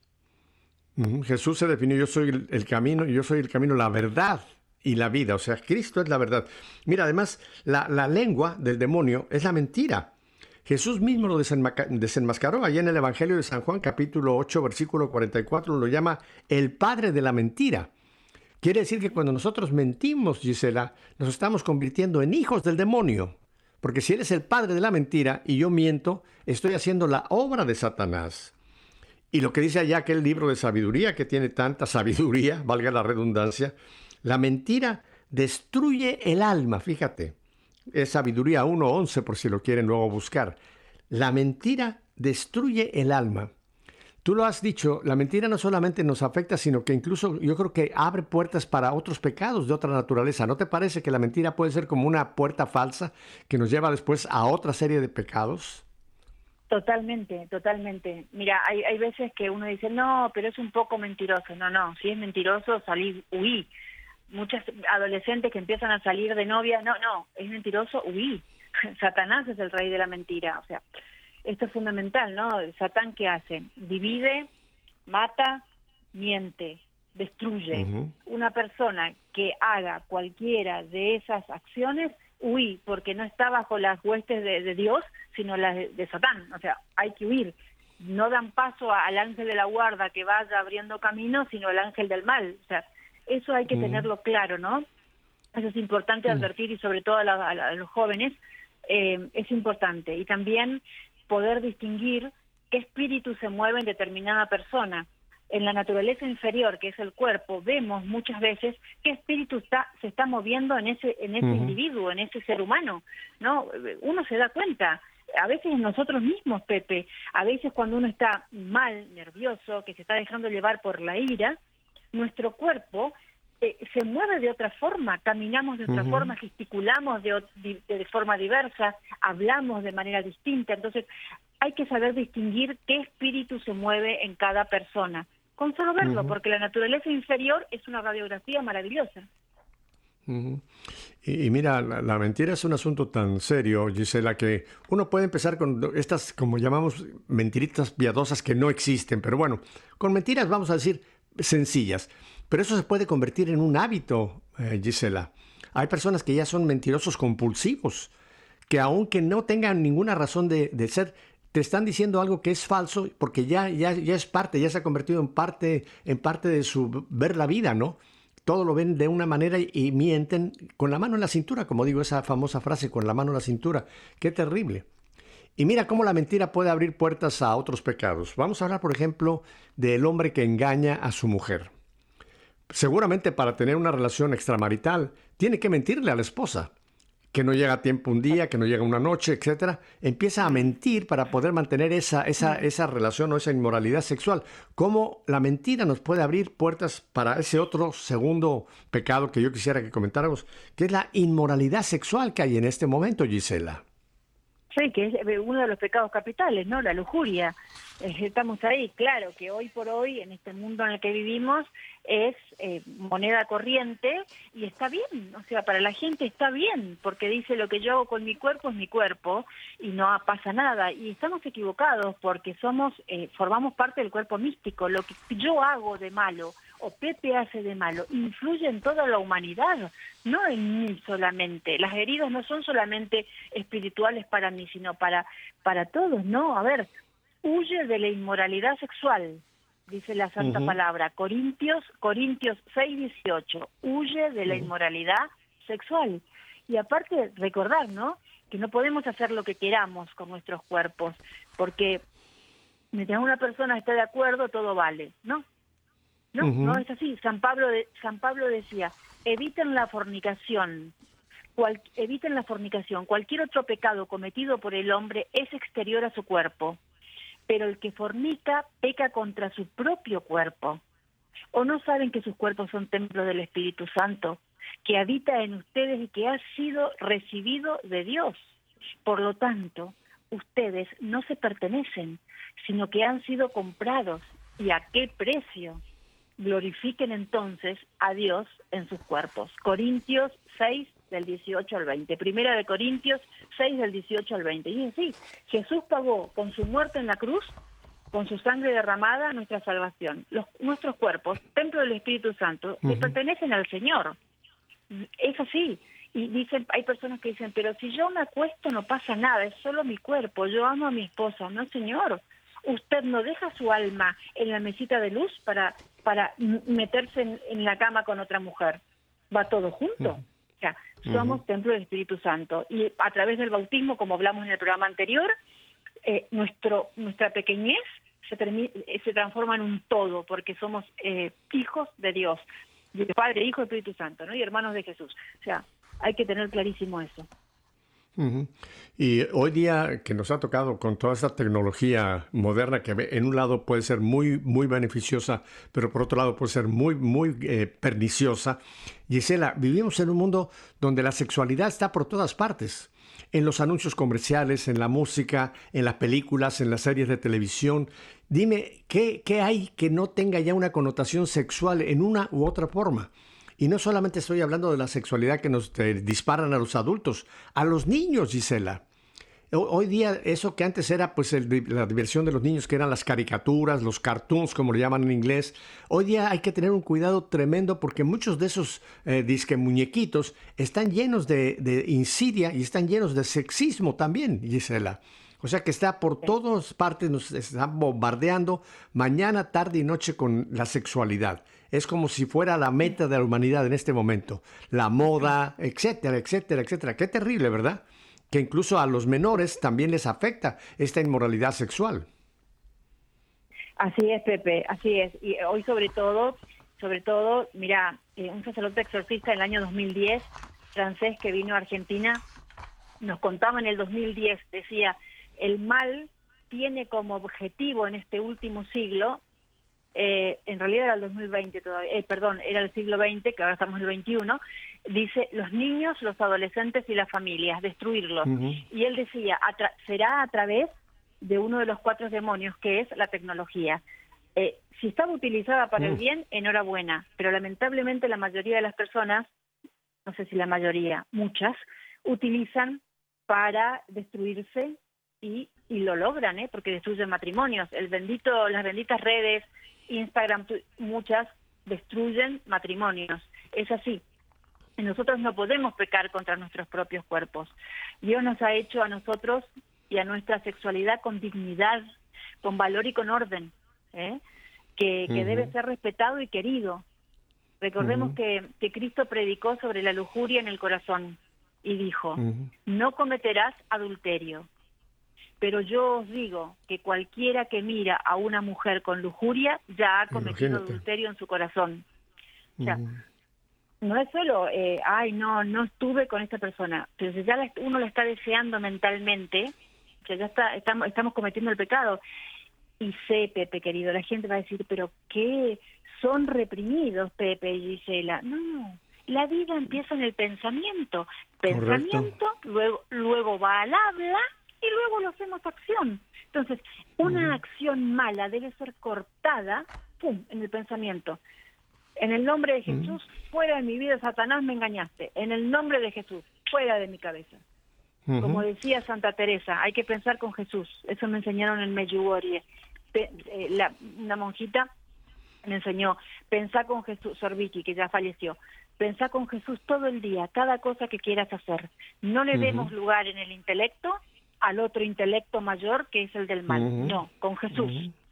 E: Jesús se definió: yo soy el camino, la verdad y la vida. O sea, Cristo es la verdad. Mira, además, la lengua del demonio es la mentira. Jesús mismo lo desenmascaró allá en el Evangelio de San Juan, capítulo 8, versículo 44, lo llama el padre de la mentira. Quiere decir que cuando nosotros mentimos, Gisela, nos estamos convirtiendo en hijos del demonio. Porque si él es el padre de la mentira y yo miento, estoy haciendo la obra de Satanás. Y lo que dice allá aquel libro de sabiduría, que tiene tanta sabiduría, valga la redundancia, la mentira destruye el alma, fíjate. Es Sabiduría 1:11 por si lo quieren luego buscar. La mentira destruye el alma. Tú lo has dicho, la mentira no solamente nos afecta, sino que incluso yo creo que abre puertas para otros pecados de otra naturaleza. ¿No te parece que la mentira puede ser como una puerta falsa que nos lleva después a otra serie de pecados?
F: Totalmente, totalmente. Mira, hay veces que uno dice, no, pero es un poco mentiroso. No, si es mentiroso, huí. Muchas adolescentes que empiezan a salir de novia, no, es mentiroso, huí. Satanás es el rey de la mentira. O sea, esto es fundamental, ¿no? Satán, ¿qué hace? Divide, mata, miente, destruye. Una persona que haga cualquiera de esas acciones, huí, porque no está bajo las huestes de Dios, sino las de Satán. O sea, hay que huir. No dan paso al ángel de la guarda que vaya abriendo camino, sino al ángel del mal. O sea, eso hay que tenerlo claro, ¿no? Eso es importante advertir, y sobre todo a los jóvenes es importante. Y también poder distinguir qué espíritu se mueve en determinada persona. En la naturaleza inferior, que es el cuerpo, vemos muchas veces qué espíritu se está moviendo en ese individuo, en ese ser humano, ¿no? Uno se da cuenta. A veces nosotros mismos, Pepe, a veces cuando uno está mal, nervioso, que se está dejando llevar por la ira, nuestro cuerpo se mueve de otra forma, caminamos de otra forma, gesticulamos de forma diversa, hablamos de manera distinta. Entonces hay que saber distinguir qué espíritu se mueve en cada persona, con solo verlo, porque la naturaleza inferior es una radiografía maravillosa.
E: Y mira, la mentira es un asunto tan serio, Gisela, que uno puede empezar con estas, como llamamos, mentiritas piadosas que no existen, pero bueno, con mentiras vamos a decir sencillas, pero eso se puede convertir en un hábito, Gisela. Hay personas que ya son mentirosos compulsivos, que aunque no tengan ninguna razón de ser, te están diciendo algo que es falso porque ya es parte, ya se ha convertido en parte de su ver la vida, ¿no? Todo lo ven de una manera y mienten con la mano en la cintura, como digo, esa famosa frase, con la mano en la cintura. ¡Qué terrible! Y mira cómo la mentira puede abrir puertas a otros pecados. Vamos a hablar, por ejemplo, del hombre que engaña a su mujer. Seguramente para tener una relación extramarital tiene que mentirle a la esposa, que no llega a tiempo un día, que no llega una noche, etcétera. Empieza a mentir para poder mantener esa relación o esa inmoralidad sexual. ¿Cómo la mentira nos puede abrir puertas para ese otro segundo pecado que yo quisiera que comentáramos, que es la inmoralidad sexual que hay en este momento, Gisela?
F: Sí, que es uno de los pecados capitales, ¿no? La lujuria. Estamos ahí. Claro que hoy por hoy, en este mundo en el que vivimos, es moneda corriente y está bien. O sea, para la gente está bien, porque dice lo que yo hago con mi cuerpo es mi cuerpo y no pasa nada. Y estamos equivocados porque formamos parte del cuerpo místico. Lo que yo hago de malo o Pepe hace de malo influye en toda la humanidad, no en mí solamente. Las heridas no son solamente espirituales para mí, sino para todos, ¿no? A ver, huye de la inmoralidad sexual, dice la Santa Palabra, Corintios 6:18, huye de la inmoralidad sexual. Y aparte, recordar, ¿no?, que no podemos hacer lo que queramos con nuestros cuerpos, porque mientras una persona esté de acuerdo, todo vale, ¿no? No es así. San Pablo decía, eviten la fornicación. Cualquier otro pecado cometido por el hombre es exterior a su cuerpo, pero el que fornica peca contra su propio cuerpo. ¿O no saben que sus cuerpos son templos del Espíritu Santo, que habita en ustedes y que ha sido recibido de Dios? Por lo tanto, ustedes no se pertenecen, sino que han sido comprados. ¿Y a qué precio? Glorifiquen entonces a Dios en sus cuerpos. Corintios 6, del 18 al 20. Primera de Corintios 6, del 18 al 20. Y es así, Jesús pagó con su muerte en la cruz, con su sangre derramada, nuestra salvación. Nuestros cuerpos, templo del Espíritu Santo, le pertenecen al Señor. Es así. Y dicen, hay personas que dicen, pero si yo me acuesto no pasa nada, es solo mi cuerpo, yo amo a mi esposa. No, señor. Usted no deja su alma en la mesita de luz para meterse en la cama con otra mujer. Va todo junto. O sea, somos templo del Espíritu Santo. Y a través del bautismo, como hablamos en el programa anterior, nuestra pequeñez se transforma en un todo, porque somos hijos de Dios, de Padre, Hijo y Espíritu Santo, ¿no? Y hermanos de Jesús. O sea, hay que tener clarísimo eso.
E: Uh-huh. Y hoy día que nos ha tocado con toda esta tecnología moderna que en un lado puede ser muy, muy beneficiosa, pero por otro lado puede ser muy, muy perniciosa. Gisela, vivimos en un mundo donde la sexualidad está por todas partes. En los anuncios comerciales, en la música, en las películas, en las series de televisión. Dime, ¿qué hay que no tenga ya una connotación sexual en una u otra forma? Y no solamente estoy hablando de la sexualidad que nos disparan a los adultos, a los niños, Gisela. Hoy día eso que antes era pues la diversión de los niños, que eran las caricaturas, los cartoons, como le llaman en inglés. Hoy día hay que tener un cuidado tremendo porque muchos de esos disque muñequitos están llenos de insidia y están llenos de sexismo también, Gisela. O sea que está por todas partes, nos están bombardeando mañana, tarde y noche con la sexualidad. Es como si fuera la meta de la humanidad en este momento. La moda, etcétera, etcétera, etcétera. Qué terrible, ¿verdad? Que incluso a los menores también les afecta esta inmoralidad sexual.
F: Así es, Pepe, así es. Y hoy sobre todo, mira, un sacerdote exorcista del año 2010, francés, que vino a Argentina, nos contaba en el 2010, decía, el mal tiene como objetivo en este último siglo, en realidad era el 2020 todavía, era el siglo XX, que ahora estamos en el 21, dice, los niños, los adolescentes y las familias, destruirlos. Uh-huh. Y él decía, será a través de uno de los 4 demonios, que es la tecnología. Si estaba utilizada para el bien, enhorabuena, pero lamentablemente la mayoría de las personas, no sé si la mayoría, muchas, utilizan para destruirse y lo logran, porque destruyen matrimonios. Las benditas redes, Instagram, muchas destruyen matrimonios. Es así. Nosotros no podemos pecar contra nuestros propios cuerpos. Dios nos ha hecho a nosotros y a nuestra sexualidad con dignidad, con valor y con orden, que debe ser respetado y querido. Recordemos que Cristo predicó sobre la lujuria en el corazón y dijo, no cometerás adulterio. Pero yo os digo que cualquiera que mira a una mujer con lujuria ya ha cometido adulterio en su corazón. O sea, no es solo, no estuve con esta persona, pero si ya uno la está deseando mentalmente, que ya estamos cometiendo el pecado. Y sé, Pepe, querido, la gente va a decir, pero ¿qué? Son reprimidos, Pepe y Gisela. No, la vida empieza en el pensamiento. Pensamiento, luego va al habla, y luego lo hacemos acción. Entonces, una acción mala debe ser cortada, en el pensamiento. En el nombre de Jesús, fuera de mi vida, Satanás, me engañaste. En el nombre de Jesús, fuera de mi cabeza. Como decía Santa Teresa, hay que pensar con Jesús. Eso me enseñaron en Medjugorje. Una monjita me enseñó, pensá con Jesús, Sor Vicky, que ya falleció. Pensá con Jesús todo el día, cada cosa que quieras hacer. No le demos lugar en el intelecto al otro intelecto mayor, que es el del mal. No, con Jesús.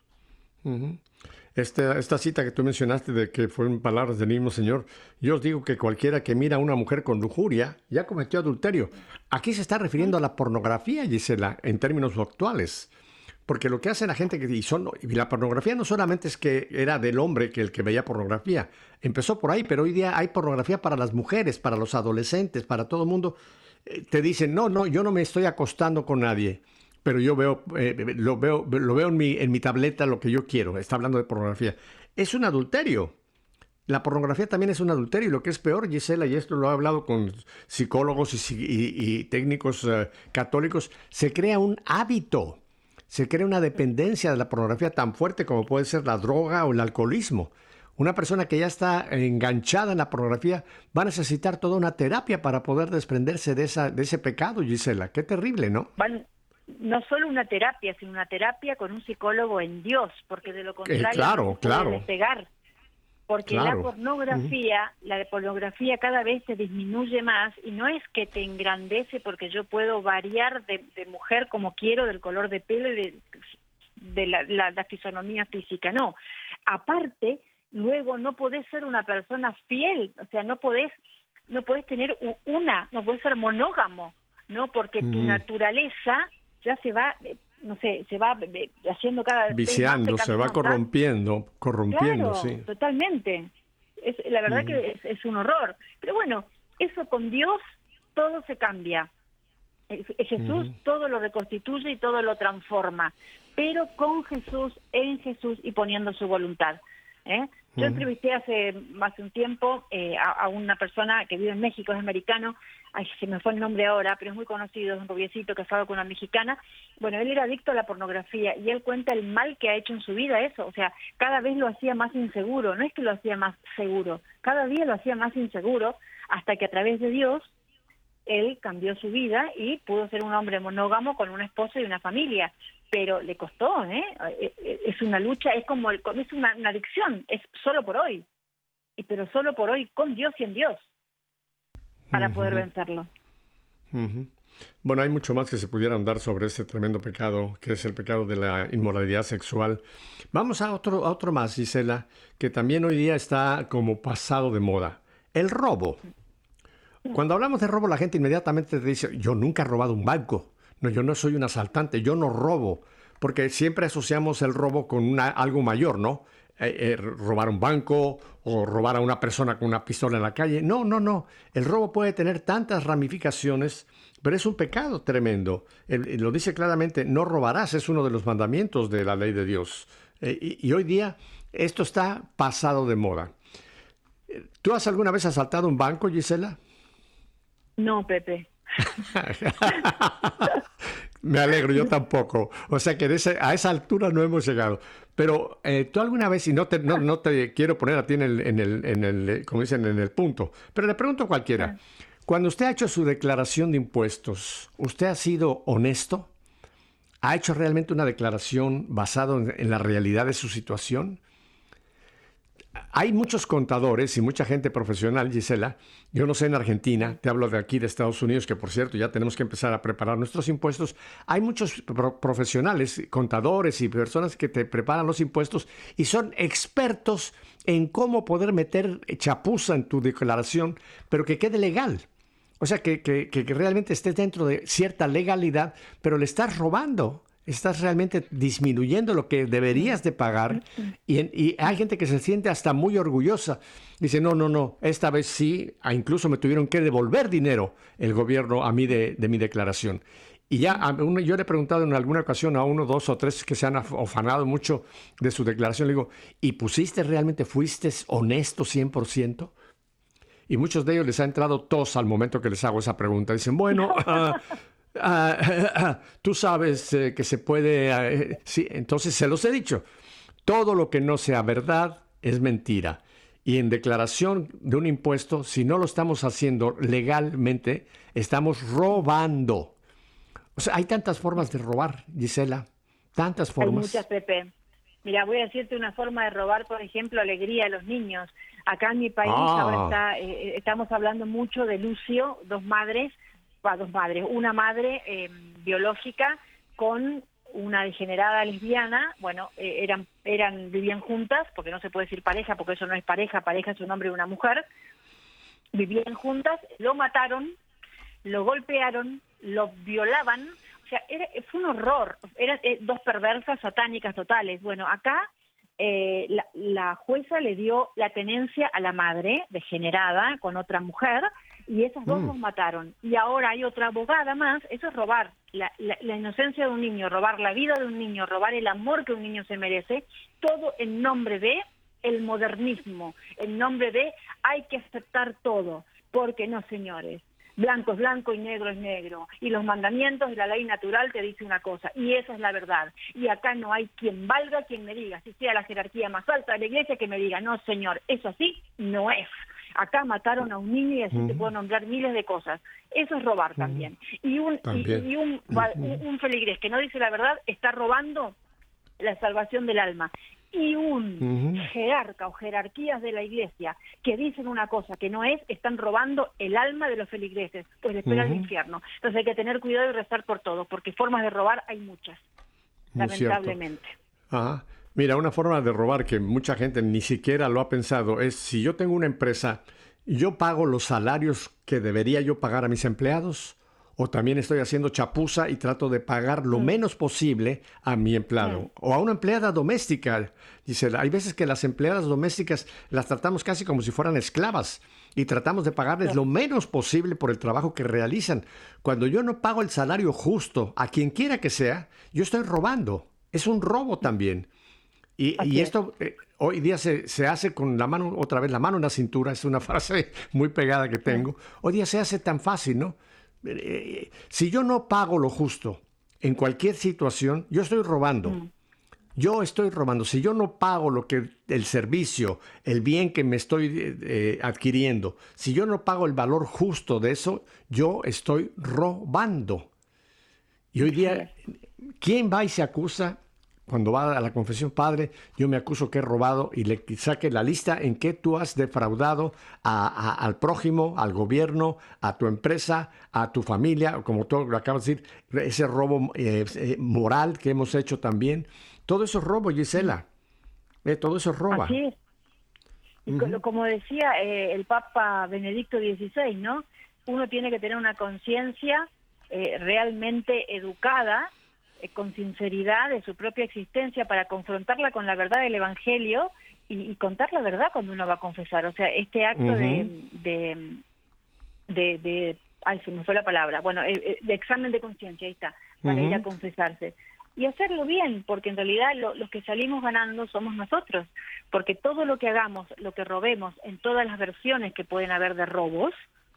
E: Esta cita que tú mencionaste de que fueron palabras del mismo Señor, yo os digo que cualquiera que mira a una mujer con lujuria ya cometió adulterio. Aquí se está refiriendo a la pornografía, Gisela, en términos actuales. Porque lo que hace la gente, y la pornografía no solamente es que era del hombre que el que veía pornografía, empezó por ahí, pero hoy día hay pornografía para las mujeres, para los adolescentes, para todo el mundo. Te dicen, no, yo no me estoy acostando con nadie, pero yo lo veo en mi tableta lo que yo quiero. Está hablando de pornografía. Es un adulterio. La pornografía también es un adulterio, y lo que es peor, Gisela, y esto lo he hablado con psicólogos y técnicos católicos, se crea un hábito, se crea una dependencia de la pornografía tan fuerte como puede ser la droga o el alcoholismo. Una persona que ya está enganchada en la pornografía va a necesitar toda una terapia para poder desprenderse de ese pecado, Gisela. Qué terrible, ¿no?
F: No solo una terapia, sino una terapia con un psicólogo en Dios, porque de lo contrario no se puede despegar. Porque la pornografía cada vez se disminuye más, y no es que te engrandece porque yo puedo variar de mujer como quiero, del color de pelo y de la fisonomía física, no. Aparte, luego no podés ser una persona fiel, o sea, no podés tener no podés ser monógamo, ¿no? Porque tu naturaleza ya se va no sé, se va haciendo cada vez
E: viciando,
F: más
E: se va corrompiendo,
F: claro,
E: sí.
F: Totalmente. La verdad que es un horror. Pero bueno, eso con Dios todo se cambia. Jesús todo lo reconstituye y todo lo transforma, pero con Jesús, en Jesús y poniendo su voluntad. Yo entrevisté hace un tiempo a una persona que vive en México, es americano, se me fue el nombre ahora, pero es muy conocido, es un rubiecito casado con una mexicana. Bueno, él era adicto a la pornografía y él cuenta el mal que ha hecho en su vida eso, o sea, cada vez lo hacía más inseguro, no es que lo hacía más seguro, cada día lo hacía más inseguro, hasta que a través de Dios él cambió su vida y pudo ser un hombre monógamo con un esposo y una familia, pero le costó, es una lucha, es una adicción, es solo por hoy, pero solo por hoy con Dios y en Dios, para poder vencerlo.
E: Bueno, hay mucho más que se pudiera andar sobre este tremendo pecado, que es el pecado de la inmoralidad sexual. Vamos a otro más, Gisela, que también hoy día está como pasado de moda, el robo. Cuando hablamos de robo, la gente inmediatamente te dice, yo nunca he robado un banco. No, yo no soy un asaltante, yo no robo. Porque siempre asociamos el robo con algo mayor, ¿no? Robar un banco o robar a una persona con una pistola en la calle. No. El robo puede tener tantas ramificaciones, pero es un pecado tremendo. Lo dice claramente, no robarás, es uno de los mandamientos de la ley de Dios. Y hoy día esto está pasado de moda. ¿Tú has alguna vez asaltado un banco, Gisela?
F: No, Pepe.
E: Me alegro, yo tampoco. O sea que a esa altura no hemos llegado. Pero tú alguna vez, y no te quiero poner a ti en el como dicen, en el punto, pero le pregunto a cualquiera, cuando usted ha hecho su declaración de impuestos, ¿usted ha sido honesto? ¿Ha hecho realmente una declaración basada en la realidad de su situación? Hay muchos contadores y mucha gente profesional, Gisela. Yo no sé en Argentina, te hablo de aquí de Estados Unidos, que por cierto ya tenemos que empezar a preparar nuestros impuestos. Hay muchos profesionales, contadores y personas que te preparan los impuestos y son expertos en cómo poder meter chapuza en tu declaración, pero que quede legal. O sea, que realmente estés dentro de cierta legalidad, pero le estás robando. Estás realmente disminuyendo lo que deberías de pagar y hay gente que se siente hasta muy orgullosa. Dice, no, esta vez sí, incluso me tuvieron que devolver dinero el gobierno a mí de mi declaración. Y ya yo le he preguntado en alguna ocasión a 1, 2 o 3 que se han afanado mucho de su declaración, le digo, ¿y fuiste honesto 100%? Y muchos de ellos les ha entrado tos al momento que les hago esa pregunta. Dicen, bueno... tú sabes que se puede... sí, entonces se los he dicho. Todo lo que no sea verdad es mentira. Y en declaración de un impuesto, si no lo estamos haciendo legalmente, estamos robando. O sea, hay tantas formas de robar, Gisela. Tantas formas.
F: Hay muchas, Pepe. Mira, voy a decirte una forma de robar, por ejemplo, alegría a los niños. Acá en mi país ahora estamos hablando mucho de Lucio, dos madres, una madre biológica con una degenerada lesbiana, vivían juntas, porque no se puede decir pareja, porque eso no es pareja es un hombre y una mujer, vivían juntas, lo mataron, lo golpearon, lo violaban, o sea, fue un horror, eran dos perversas satánicas totales. Bueno, acá la jueza le dio la tenencia a la madre degenerada con otra mujer, y esas dos los mataron. Y ahora hay otra abogada más, eso es robar la inocencia de un niño, robar la vida de un niño, robar el amor que un niño se merece, todo en nombre de el modernismo, en nombre de hay que aceptar todo, porque no, señores, blanco es blanco y negro es negro, y los mandamientos de la ley natural te dice una cosa, y esa es la verdad, y acá no hay quien valga quien me diga, si sea la jerarquía más alta de la iglesia que me diga, no señor, eso así no es. Acá mataron a un niño y así te puedo nombrar miles de cosas. Eso es robar también. Y un feligrés que no dice la verdad está robando la salvación del alma. Y un jerarca o jerarquías de la iglesia que dicen una cosa que no es, están robando el alma de los feligreses, pues les espera el infierno. Entonces hay que tener cuidado y rezar por todo, porque formas de robar hay muchas, lamentablemente.
E: Ajá. Mira, una forma de robar que mucha gente ni siquiera lo ha pensado es, si yo tengo una empresa, ¿yo pago los salarios que debería yo pagar a mis empleados O también estoy haciendo chapuza y trato de pagar lo menos posible a mi empleado. O a una empleada doméstica. Gisela, hay veces que las empleadas domésticas las tratamos casi como si fueran esclavas. Y tratamos de pagarles lo menos posible por el trabajo que realizan. Cuando yo no pago el salario justo a quien quiera que sea, yo estoy robando. Es un robo también. Y esto hoy día se hace con la mano, otra vez, la mano en la cintura. Es una frase muy pegada que tengo. Hoy día se hace tan fácil, ¿no? Si yo no pago lo justo en cualquier situación, yo estoy robando. Yo estoy robando. Si yo no pago el servicio, el bien que me estoy adquiriendo, si yo no pago el valor justo de eso, yo estoy robando. Y hoy día, ¿quién va y se acusa? Cuando va a la confesión, padre, yo me acuso que he robado, y le saque la lista en que tú has defraudado al prójimo, al gobierno, a tu empresa, a tu familia, como tú lo acabas de decir, ese robo moral que hemos hecho también. Todo eso es robo, Gisela. Todo eso es robo.
F: Así es. Y como decía el Papa Benedicto XVI, ¿no? Uno tiene que tener una conciencia realmente educada, con sinceridad de su propia existencia, para confrontarla con la verdad del Evangelio y contar la verdad cuando uno va a confesar. O sea, este acto de ay, se me fue la palabra, bueno, de examen de conciencia, ahí está, para ir a confesarse. Y hacerlo bien, porque en realidad los que salimos ganando somos nosotros, porque todo lo que hagamos, lo que robemos, en todas las versiones que pueden haber de robos,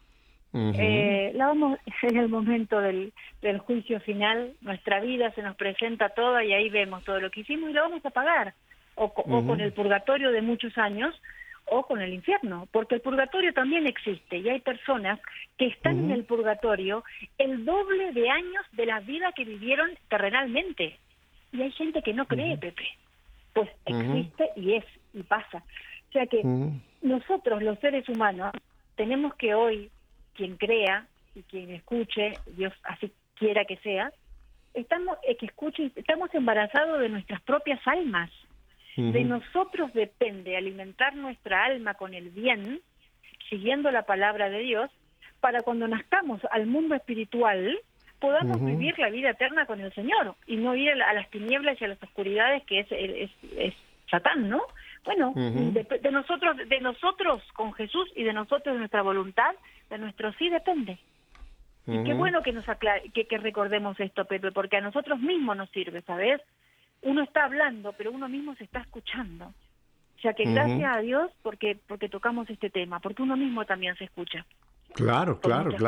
F: la vamos en el momento del juicio final, nuestra vida se nos presenta toda y ahí vemos todo lo que hicimos y lo vamos a pagar, o con el purgatorio de muchos años, o con el infierno, porque el purgatorio también existe y hay personas que están en el purgatorio el doble de años de la vida que vivieron terrenalmente, y hay gente que no cree, Pepe, pues existe y pasa. O sea que nosotros, los seres humanos, tenemos que hoy, quien crea y quien escuche, Dios así quiera que sea, estamos embarazados de nuestras propias almas. De nosotros depende alimentar nuestra alma con el bien, siguiendo la palabra de Dios, para cuando nazcamos al mundo espiritual podamos vivir la vida eterna con el Señor y no ir a las tinieblas y a las oscuridades que es Satán, ¿no? Bueno, de nosotros con Jesús y de nosotros, de nuestra voluntad, de nuestro sí depende. Y qué bueno que nos que recordemos esto, Pepe, porque a nosotros mismos nos sirve, ¿sabes? Uno está hablando, pero uno mismo se está escuchando. O sea que gracias a Dios porque tocamos este tema, porque uno mismo también se escucha.
E: Claro.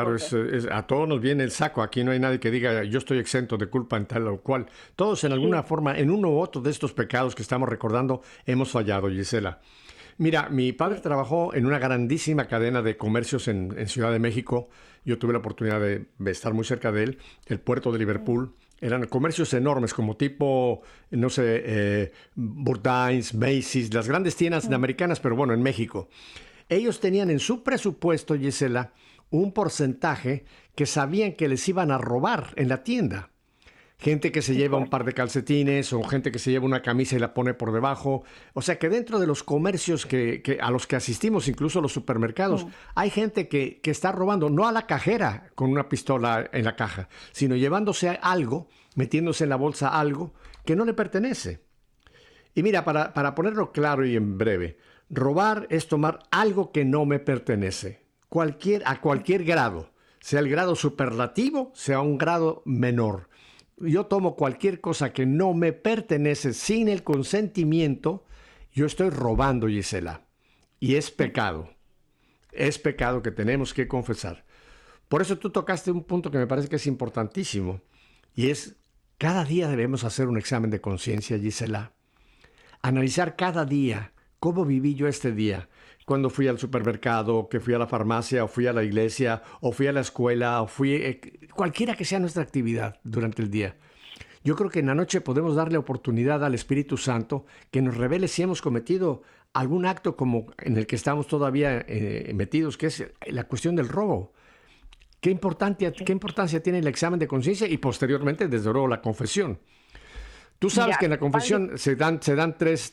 E: A todos nos viene el saco. Aquí no hay nadie que diga yo estoy exento de culpa en tal o cual. Todos en alguna forma, en uno u otro de estos pecados que estamos recordando, hemos fallado, Gisela. Mira, mi padre trabajó en una grandísima cadena de comercios en Ciudad de México. Yo tuve la oportunidad de estar muy cerca de él, el puerto de Liverpool. Eran comercios enormes, como tipo, no sé, Bourdain's, Macy's, las grandes tiendas americanas, pero bueno, en México. Ellos tenían en su presupuesto, Gisela, un porcentaje que sabían que les iban a robar en la tienda. Gente que se lleva un par de calcetines o gente que se lleva una camisa y la pone por debajo. O sea que dentro de los comercios a los que asistimos, incluso los supermercados, hay gente que está robando, no a la cajera con una pistola en la caja, sino llevándose algo, metiéndose en la bolsa algo que no le pertenece. Y mira, para ponerlo claro y en breve, robar es tomar algo que no me pertenece, a cualquier grado, sea el grado superlativo, sea un grado menor. Yo tomo cualquier cosa que no me pertenece sin el consentimiento, yo estoy robando, Gisela. Y es pecado. Es pecado que tenemos que confesar. Por eso tú tocaste un punto que me parece que es importantísimo. Y es, cada día debemos hacer un examen de conciencia, Gisela. Analizar cada día cómo viví yo este día. Cuando fui al supermercado, que fui a la farmacia, o fui a la iglesia, o fui a la escuela, o fui cualquiera que sea nuestra actividad durante el día. Yo creo que en la noche podemos darle oportunidad al Espíritu Santo que nos revele si hemos cometido algún acto como en el que estamos todavía metidos, que es la cuestión del robo. ¿Qué importancia tiene el examen de conciencia y posteriormente, desde luego, la confesión? Tú sabes que en la confesión se dan tres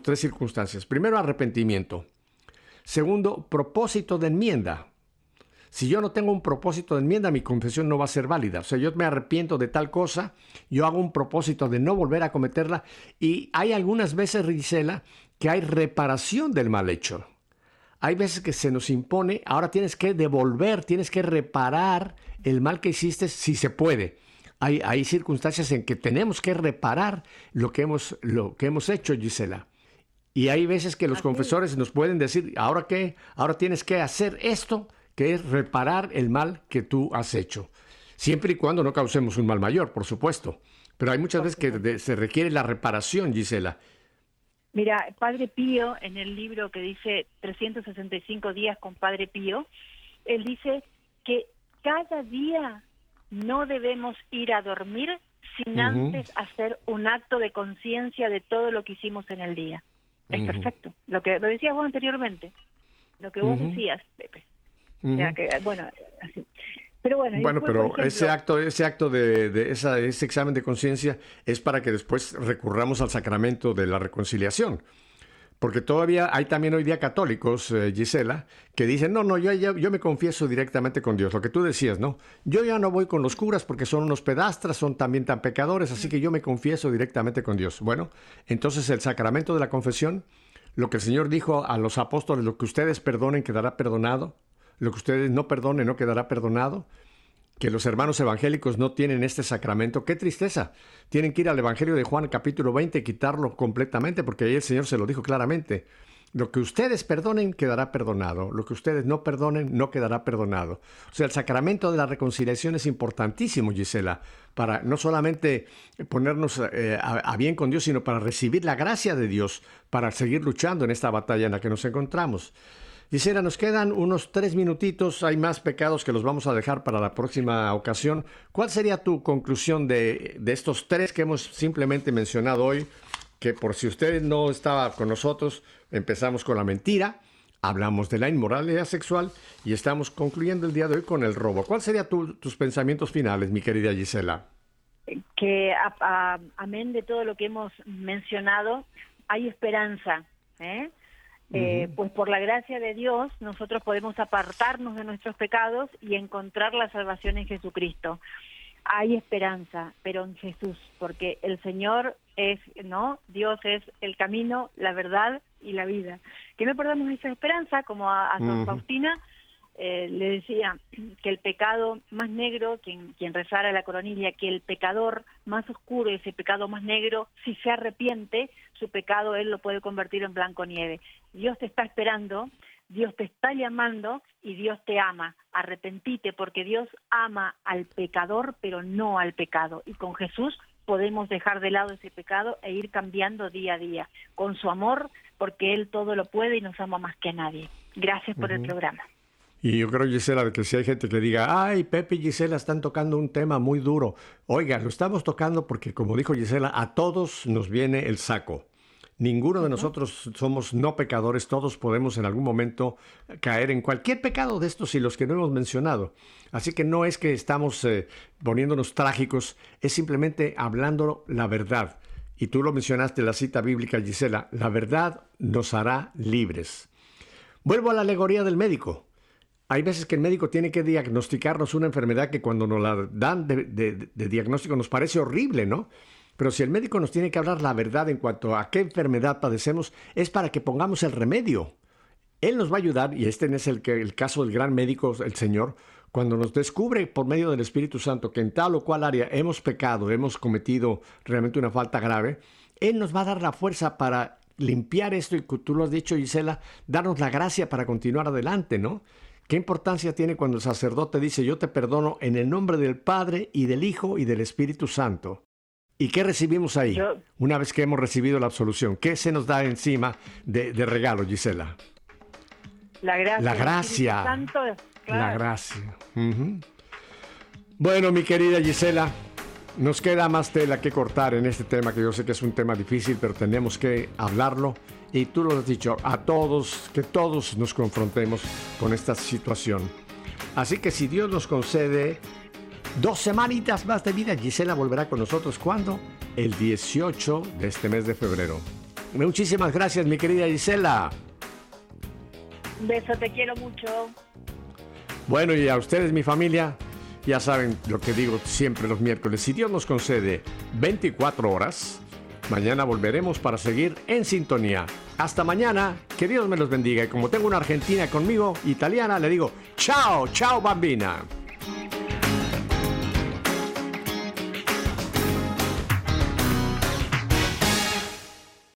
E: circunstancias. Primero, arrepentimiento. Segundo, propósito de enmienda. Si yo no tengo un propósito de enmienda, mi confesión no va a ser válida. O sea, yo me arrepiento de tal cosa, yo hago un propósito de no volver a cometerla, y hay algunas veces, Gisela, que hay reparación del mal hecho. Hay veces que se nos impone, ahora tienes que devolver, tienes que reparar el mal que hiciste si se puede. Hay circunstancias en que tenemos que reparar lo que hemos hecho, Gisela. Y hay veces que los confesores nos pueden decir, ¿ahora qué? Ahora tienes que hacer esto, que es reparar el mal que tú has hecho. Siempre y cuando no causemos un mal mayor, por supuesto. Pero hay muchas veces que se requiere la reparación, Gisela.
F: Mira, Padre Pío, en el libro que dice 365 días con Padre Pío, él dice que cada día no debemos ir a dormir sin antes hacer un acto de conciencia de todo lo que hicimos en el día. Es perfecto. Lo decías vos anteriormente, lo que vos decías, Pepe. O sea que, bueno, así. Pero bueno,
E: pero
F: ejemplo,
E: ese acto de ese examen de conciencia es para que después recurramos al sacramento de la reconciliación. Porque todavía hay también hoy día católicos, Gisela, que dicen, no, yo me confieso directamente con Dios. Lo que tú decías, ¿no? Yo ya no voy con los curas porque son unos pedastras, son también tan pecadores, así que yo me confieso directamente con Dios. Bueno, entonces el sacramento de la confesión, lo que el Señor dijo a los apóstoles, lo que ustedes perdonen quedará perdonado, lo que ustedes no perdonen no quedará perdonado. Que los hermanos evangélicos no tienen este sacramento. ¡Qué tristeza! Tienen que ir al Evangelio de Juan capítulo 20 y quitarlo completamente, porque ahí el Señor se lo dijo claramente. Lo que ustedes perdonen quedará perdonado. Lo que ustedes no perdonen no quedará perdonado. O sea, el sacramento de la reconciliación es importantísimo, Gisela, para no solamente ponernos a bien con Dios, sino para recibir la gracia de Dios, para seguir luchando en esta batalla en la que nos encontramos. Gisela, nos quedan unos 3 minutitos, hay más pecados que los vamos a dejar para la próxima ocasión. ¿Cuál sería tu conclusión de estos 3 que hemos simplemente mencionado hoy? Que por si usted no estaba con nosotros, empezamos con la mentira, hablamos de la inmoralidad sexual y estamos concluyendo el día de hoy con el robo. ¿Cuál serían tus pensamientos finales, mi querida Gisela?
F: Que amén de todo lo que hemos mencionado, hay esperanza, pues por la gracia de Dios nosotros podemos apartarnos de nuestros pecados y encontrar la salvación en Jesucristo. Hay esperanza, pero en Jesús, porque el Señor es, ¿no? Dios es el camino, la verdad y la vida. Que no perdamos esa esperanza, como a San Faustina le decía que el pecado más negro, quien rezara la coronilla, que el pecador más oscuro, ese pecado más negro, si se arrepiente, su pecado él lo puede convertir en blanco nieve. Dios te está esperando, Dios te está llamando y Dios te ama. Arrepentite, porque Dios ama al pecador, pero no al pecado. Y con Jesús podemos dejar de lado ese pecado e ir cambiando día a día, con su amor, porque Él todo lo puede y nos ama más que nadie. Gracias por el programa.
E: Y yo creo, Gisela, que si hay gente que diga, ay, Pepe y Gisela están tocando un tema muy duro. Oiga, lo estamos tocando porque, como dijo Gisela, a todos nos viene el saco. Ninguno de nosotros somos no pecadores, todos podemos en algún momento caer en cualquier pecado de estos y los que no hemos mencionado. Así que no es que estamos poniéndonos trágicos, es simplemente hablando la verdad. Y tú lo mencionaste en la cita bíblica, Gisela, la verdad nos hará libres. Vuelvo a la alegoría del médico. Hay veces que el médico tiene que diagnosticarnos una enfermedad que cuando nos la dan de diagnóstico nos parece horrible, ¿no? Pero si el médico nos tiene que hablar la verdad en cuanto a qué enfermedad padecemos, es para que pongamos el remedio. Él nos va a ayudar, y este es el caso del gran médico, el Señor, cuando nos descubre por medio del Espíritu Santo que en tal o cual área hemos pecado, hemos cometido realmente una falta grave, Él nos va a dar la fuerza para limpiar esto, y tú lo has dicho, Gisela, darnos la gracia para continuar adelante, ¿no? ¿Qué importancia tiene cuando el sacerdote dice, yo te perdono en el nombre del Padre y del Hijo y del Espíritu Santo? ¿Y qué recibimos ahí? Una vez que hemos recibido la absolución, ¿qué se nos da encima de regalo, Gisela?
F: La gracia.
E: La gracia.
F: Santo, claro.
E: La gracia. Bueno, mi querida Gisela, nos queda más tela que cortar en este tema, que yo sé que es un tema difícil, pero tenemos que hablarlo. Y tú lo has dicho, a todos, que todos nos confrontemos con esta situación. Así que si Dios nos concede 2 semanitas más de vida, Gisela volverá con nosotros. ¿Cuándo? El 18 de este mes de febrero. Muchísimas gracias, mi querida Gisela.
F: Un beso, te quiero mucho.
E: Bueno, y a ustedes, mi familia, ya saben lo que digo siempre los miércoles. Si Dios nos concede 24 horas, mañana volveremos para seguir en sintonía. Hasta mañana, que Dios me los bendiga. Y como tengo una argentina conmigo, italiana, le digo, chao, chao, bambina.